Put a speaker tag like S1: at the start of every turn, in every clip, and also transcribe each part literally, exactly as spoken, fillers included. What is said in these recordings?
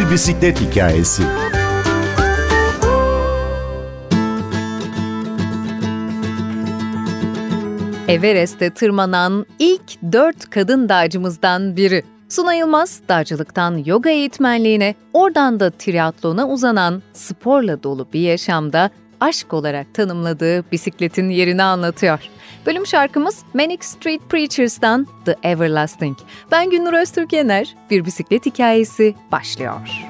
S1: Bir bisiklet hikayesi.
S2: Everest'e tırmanan ilk dört kadın dağcımızdan biri. Suna Yılmaz, dağcılıktan yoga eğitmenliğine, oradan da triatlona uzanan sporla dolu bir yaşamda aşk olarak tanımladığı bisikletin yerini anlatıyor. Bölüm şarkımız Manic Street Preachers'tan The Everlasting. Ben Günnur Öztürk Yener, Bir Bisiklet Hikayesi başlıyor.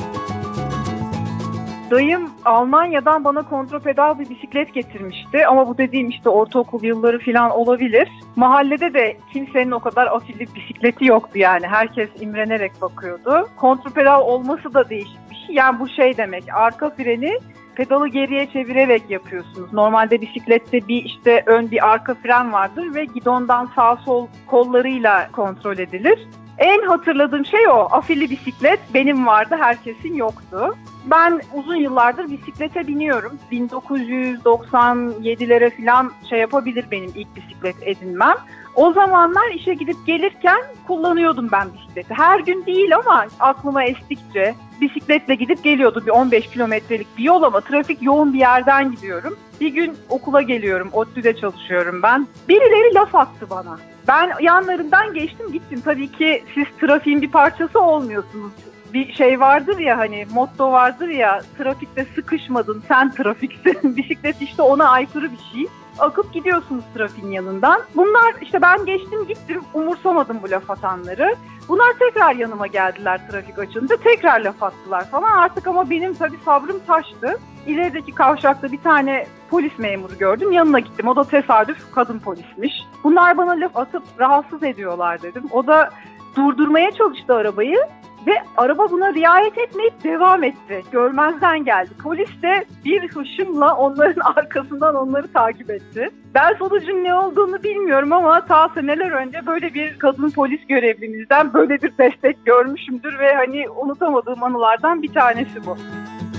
S3: Dayım Almanya'dan bana kontrapedal bir bisiklet getirmişti ama bu dediğim işte ortaokul yılları falan olabilir. Mahallede de kimsenin o kadar afilli bisikleti yoktu yani. Herkes imrenerek bakıyordu. Kontrapedal olması da değişik bir şey. Yani bu şey demek, arka freni pedalı geriye çevirerek yapıyorsunuz. Normalde bisiklette bir işte ön bir arka fren vardır ve gidondan sağ sol kollarıyla kontrol edilir. En hatırladığım şey o. Afilli bisiklet benim vardı, herkesin yoktu. Ben uzun yıllardır bisiklete biniyorum. bin dokuz yüz doksan yedilere falan şey yapabilir benim ilk bisiklet edinmem. O zamanlar işe gidip gelirken kullanıyordum ben bisikleti. Her gün değil ama aklıma estikçe bisikletle gidip geliyordum. Bir on beş kilometrelik bir yol ama trafik yoğun bir yerden gidiyorum. Bir gün okula geliyorum, ODTÜ'de çalışıyorum ben. Birileri laf attı bana. Ben yanlarından geçtim gittim. Tabii ki siz trafiğin bir parçası olmuyorsunuz. Bir şey vardır ya, hani motto vardır ya, trafikte sıkışmadın sen trafiksin. Bisiklet işte ona aykırı bir şey. Akıp gidiyorsunuz trafiğin yanından. Bunlar işte ben geçtim gittim, umursamadım bu laf atanları. Bunlar tekrar yanıma geldiler trafik açılınca, tekrar laf attılar falan. Artık ama benim tabii sabrım taştı. İlerideki kavşakta bir tane polis memuru gördüm. Yanına gittim. O da tesadüf kadın polismiş. Bunlar bana laf atıp rahatsız ediyorlar dedim. O da durdurmaya çalıştı arabayı ve araba buna riayet etmeyip devam etti. Görmezden geldi. Polis de bir hışımla onların arkasından onları takip etti. Ben sonucun ne olduğunu bilmiyorum ama ta seneler önce böyle bir kadın polis görevlimizden böyle bir destek görmüşümdür ve hani unutamadığım anılardan bir tanesi bu.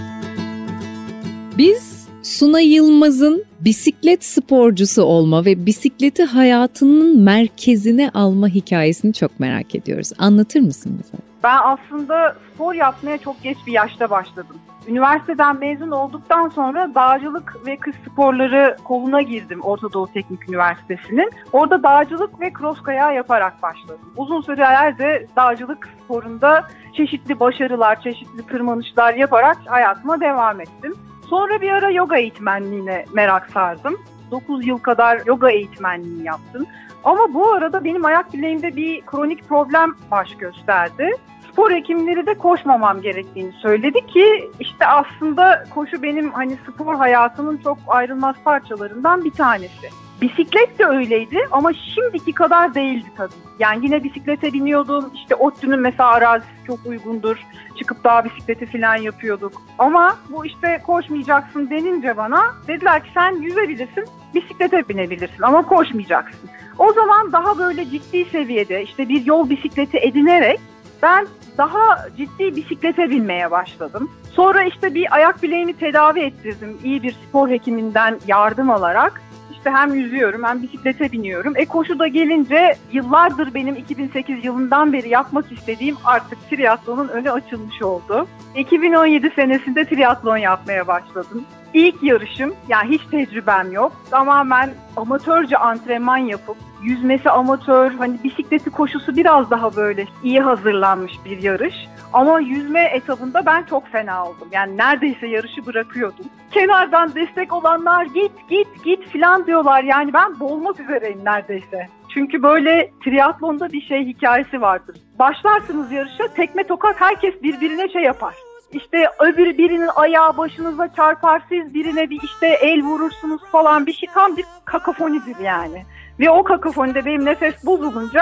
S2: Biz Suna Yılmaz'ın bisiklet sporcusu olma ve bisikleti hayatının merkezine alma hikayesini çok merak ediyoruz. Anlatır mısın bize?
S3: Ben aslında spor yapmaya çok geç bir yaşta başladım. Üniversiteden mezun olduktan sonra dağcılık ve kış sporları koluna girdim Orta Doğu Teknik Üniversitesi'nin. Orada dağcılık ve cross kayağı yaparak başladım. Uzun sürelerde dağcılık sporunda çeşitli başarılar, çeşitli tırmanışlar yaparak hayatıma devam ettim. Sonra bir ara yoga eğitmenliğine merak sardım. dokuz yıl kadar yoga eğitmenliği yaptım. Ama bu arada benim ayak bileğimde bir kronik problem baş gösterdi. Spor hekimleri de koşmamam gerektiğini söyledi ki işte aslında koşu benim hani spor hayatımın çok ayrılmaz parçalarından bir tanesi. Bisiklet de öyleydi ama şimdiki kadar değildi tabii. Yani yine bisiklete biniyordum. İşte ODTÜ'nün mesela arazisi çok uygundur. Çıkıp dağ bisikleti falan yapıyorduk. Ama bu işte koşmayacaksın denince bana dediler ki sen yüzebilirsin, bisiklete binebilirsin ama koşmayacaksın. O zaman daha böyle ciddi seviyede işte bir yol bisikleti edinerek ben daha ciddi bisiklete binmeye başladım. Sonra işte bir ayak bileğimi tedavi ettirdim. İyi bir spor hekiminden yardım alarak. İşte hem yüzüyorum hem bisiklete biniyorum. E koşu da gelince yıllardır benim iki bin sekiz yılından beri yapmak istediğim artık triatlonun önü açılmış oldu. iki bin on yedi senesinde triatlon yapmaya başladım. İlk yarışım, yani hiç tecrübem yok. Tamamen amatörce antrenman yapıp, yüzmesi amatör, hani bisikleti koşusu biraz daha böyle iyi hazırlanmış bir yarış. Ama yüzme etabında ben çok fena oldum. Yani neredeyse yarışı bırakıyordum. Kenardan destek olanlar git git git falan diyorlar. Yani ben boğulmak üzereyim neredeyse. Çünkü böyle triatlonda bir şey hikayesi vardır. Başlarsınız yarışa, tekme tokat herkes birbirine şey yapar. İşte öbür birinin ayağı başınıza çarpar, siz birine bir işte el vurursunuz falan, bir şey, tam bir kakafonidir yani. Ve o kakafonide benim nefes bozulunca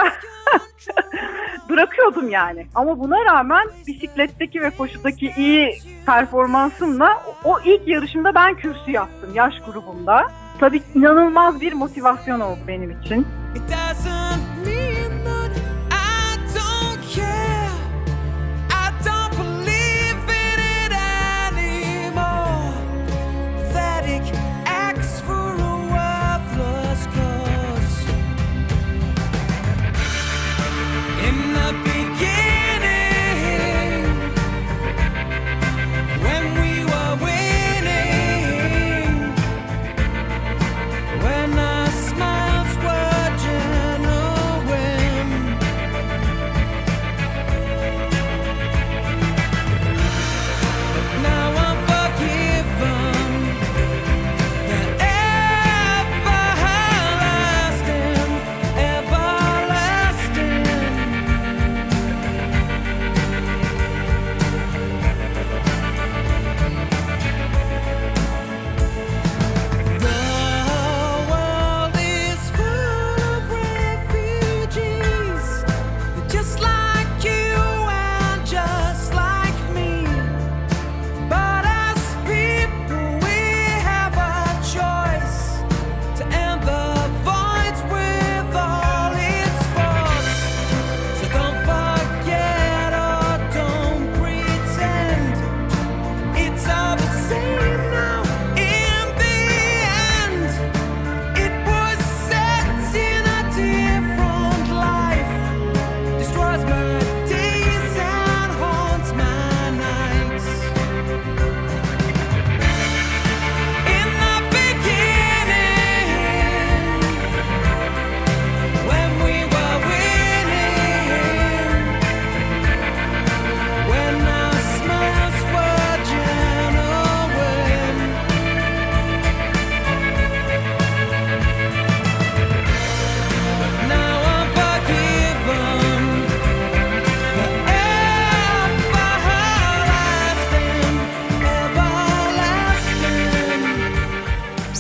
S3: bırakıyordum yani. Ama buna rağmen bisikletteki ve koşudaki iyi performansımla o ilk yarışımda ben kürsü yaptım yaş grubunda. Tabii inanılmaz bir motivasyon oldu benim için.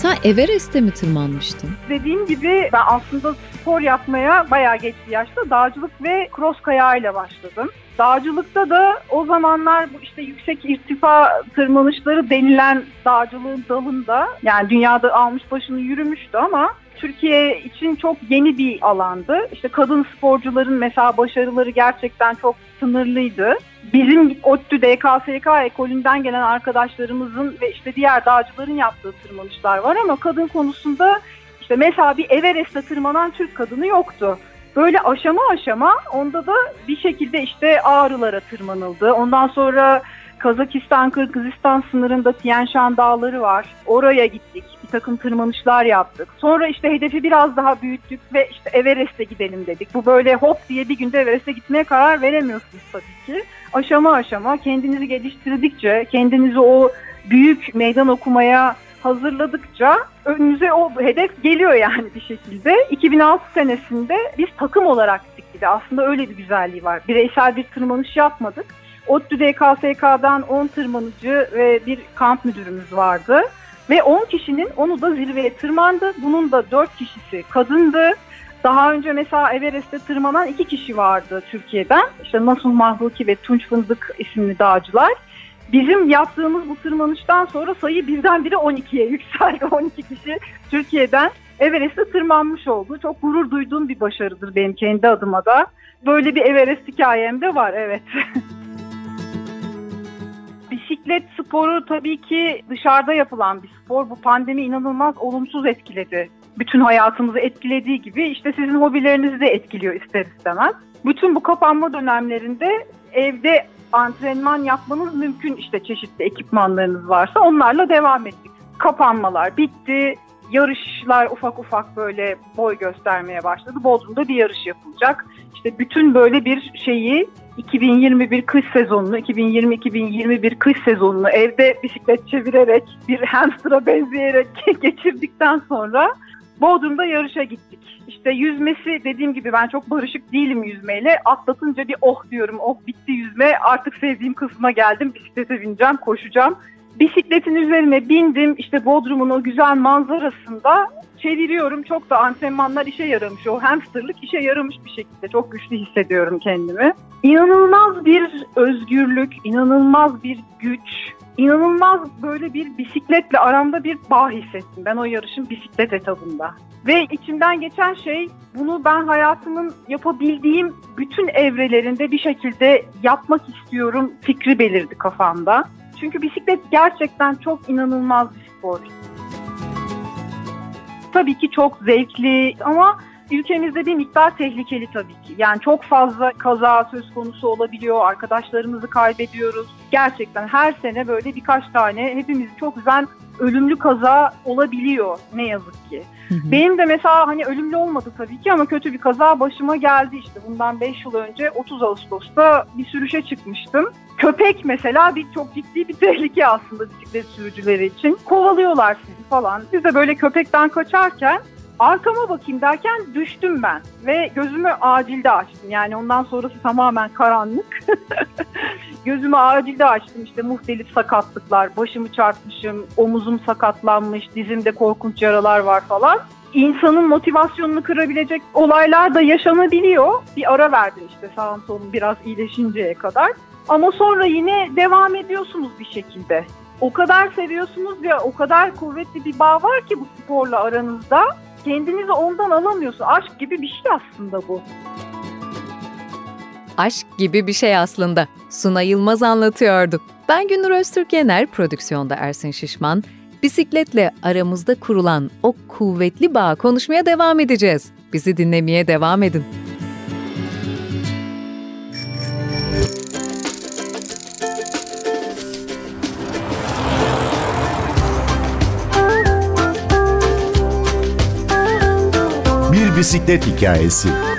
S2: Sen Everest'e mi tırmanmıştın?
S3: Dediğim gibi ben aslında spor yapmaya bayağı geç bir yaşta dağcılık ve cross kayağıyla başladım. Dağcılıkta da o zamanlar bu işte yüksek irtifa tırmanışları denilen dağcılığın dalında, yani dünyada almış başını yürümüştü ama Türkiye için çok yeni bir alandı. İşte kadın sporcuların mesela başarıları gerçekten çok sınırlıydı. Bizim ODTÜ D K S K ekolünden gelen arkadaşlarımızın ve işte diğer dağcıların yaptığı tırmanışlar var ama kadın konusunda işte mesela bir Everest'e tırmanan Türk kadını yoktu. Böyle aşama aşama onda da bir şekilde işte Ağrılara tırmanıldı. Ondan sonra Kazakistan-Kırgızistan sınırında Tien Shan Dağları var. Oraya gittik. Bir takım tırmanışlar yaptık. Sonra işte hedefi biraz daha büyüttük ve işte Everest'e gidelim dedik. Bu böyle hop diye bir günde Everest'e gitmeye karar veremiyorsunuz tabii ki. Aşama aşama kendinizi geliştirdikçe, kendinizi o büyük meydan okumaya hazırladıkça önünüze o hedef geliyor yani bir şekilde. iki bin altı senesinde biz takım olarak gittik bir de. Aslında öyle bir güzelliği var. Bireysel bir tırmanış yapmadık. ODTÜ D K S K'dan on tırmanıcı ve bir kamp müdürümüz vardı. Ve on kişinin onu da zirveye tırmandı. Bunun da dört kişisi kadındı. Daha önce mesela Everest'te tırmanan iki kişi vardı Türkiye'den. İşte Nasuh Mahruki ve Tunç Fındık isimli dağcılar. Bizim yaptığımız bu tırmanıştan sonra sayı birdenbire on ikiye yükseldi. on iki kişi Türkiye'den Everest'te tırmanmış oldu. Çok gurur duyduğum bir başarıdır benim kendi adıma da. Böyle bir Everest hikayem de var, evet. Bisiklet sporu tabii ki dışarıda yapılan bir spor. Bu pandemi inanılmaz olumsuz etkiledi. Bütün hayatımızı etkilediği gibi işte sizin hobilerinizi de etkiliyor ister istemez. Bütün bu kapanma dönemlerinde evde antrenman yapmanız mümkün, işte çeşitli ekipmanlarınız varsa onlarla devam ettik. Kapanmalar bitti, yarışlar ufak ufak böyle boy göstermeye başladı. Bodrum'da bir yarış yapılacak. İşte bütün böyle bir şeyi iki bin yirmi bir kış sezonunu, iki bin yirmi iki bin yirmi bir kış sezonunu evde bisiklet çevirerek, bir hamster'a benzeyerek geçirdikten sonra Bodrum'da yarışa gittik. İşte yüzmesi dediğim gibi ben çok barışık değilim yüzmeyle. Atlatınca bir oh diyorum, oh bitti yüzme, artık sevdiğim kısma geldim, bisiklete bineceğim, koşacağım. Bisikletin üzerine bindim, işte Bodrum'un o güzel manzarasında çeviriyorum. Çok da antrenmanlar işe yaramış, o hamsterlık işe yaramış bir şekilde. Çok güçlü hissediyorum kendimi. İnanılmaz bir özgürlük, inanılmaz bir güç, inanılmaz böyle bir bisikletle aramda bir bağ hissettim ben o yarışın bisiklet etabında. Ve içimden geçen şey, bunu ben hayatımın yapabildiğim bütün evrelerinde bir şekilde yapmak istiyorum fikri belirdi kafamda. Çünkü bisiklet gerçekten çok inanılmaz bir spor. Tabii ki çok zevkli ama ülkemizde bir miktar tehlikeli tabii ki. Yani çok fazla kaza söz konusu olabiliyor, arkadaşlarımızı kaybediyoruz. Gerçekten her sene böyle birkaç tane hepimizi çok üzen ölümlü kaza olabiliyor ne yazık ki. Hı hı. Benim de mesela hani ölümlü olmadı tabii ki ama kötü bir kaza başıma geldi işte. Bundan beş yıl önce otuz Ağustos'ta bir sürüşe çıkmıştım. Köpek mesela bir çok ciddi bir tehlike aslında bisiklet sürücüleri için. Kovalıyorlar sizi falan. Biz de böyle köpekten kaçarken arkama bakayım derken düştüm ben ve gözümü acilde açtım. Yani ondan sonrası tamamen karanlık. Gözümü acilde açtım, işte muhtelif sakatlıklar, başımı çarpmışım, omuzum sakatlanmış, dizimde korkunç yaralar var falan. İnsanın motivasyonunu kırabilecek olaylar da yaşanabiliyor. Bir ara verdim işte sağım solum biraz iyileşinceye kadar. Ama sonra yine devam ediyorsunuz bir şekilde. O kadar seviyorsunuz ya, o kadar kuvvetli bir bağ var ki bu sporla aranızda. Kendinizi ondan alamıyorsun. Aşk gibi bir şey aslında bu.
S2: Aşk gibi bir şey aslında. Suna Yılmaz anlatıyordu. Ben Gündür Öztürk Yener, prodüksiyonda Ersin Şişman. Bisikletle aramızda kurulan o kuvvetli bağı konuşmaya devam edeceğiz. Bizi dinlemeye devam edin.
S1: Bir bisiklet hikayesi.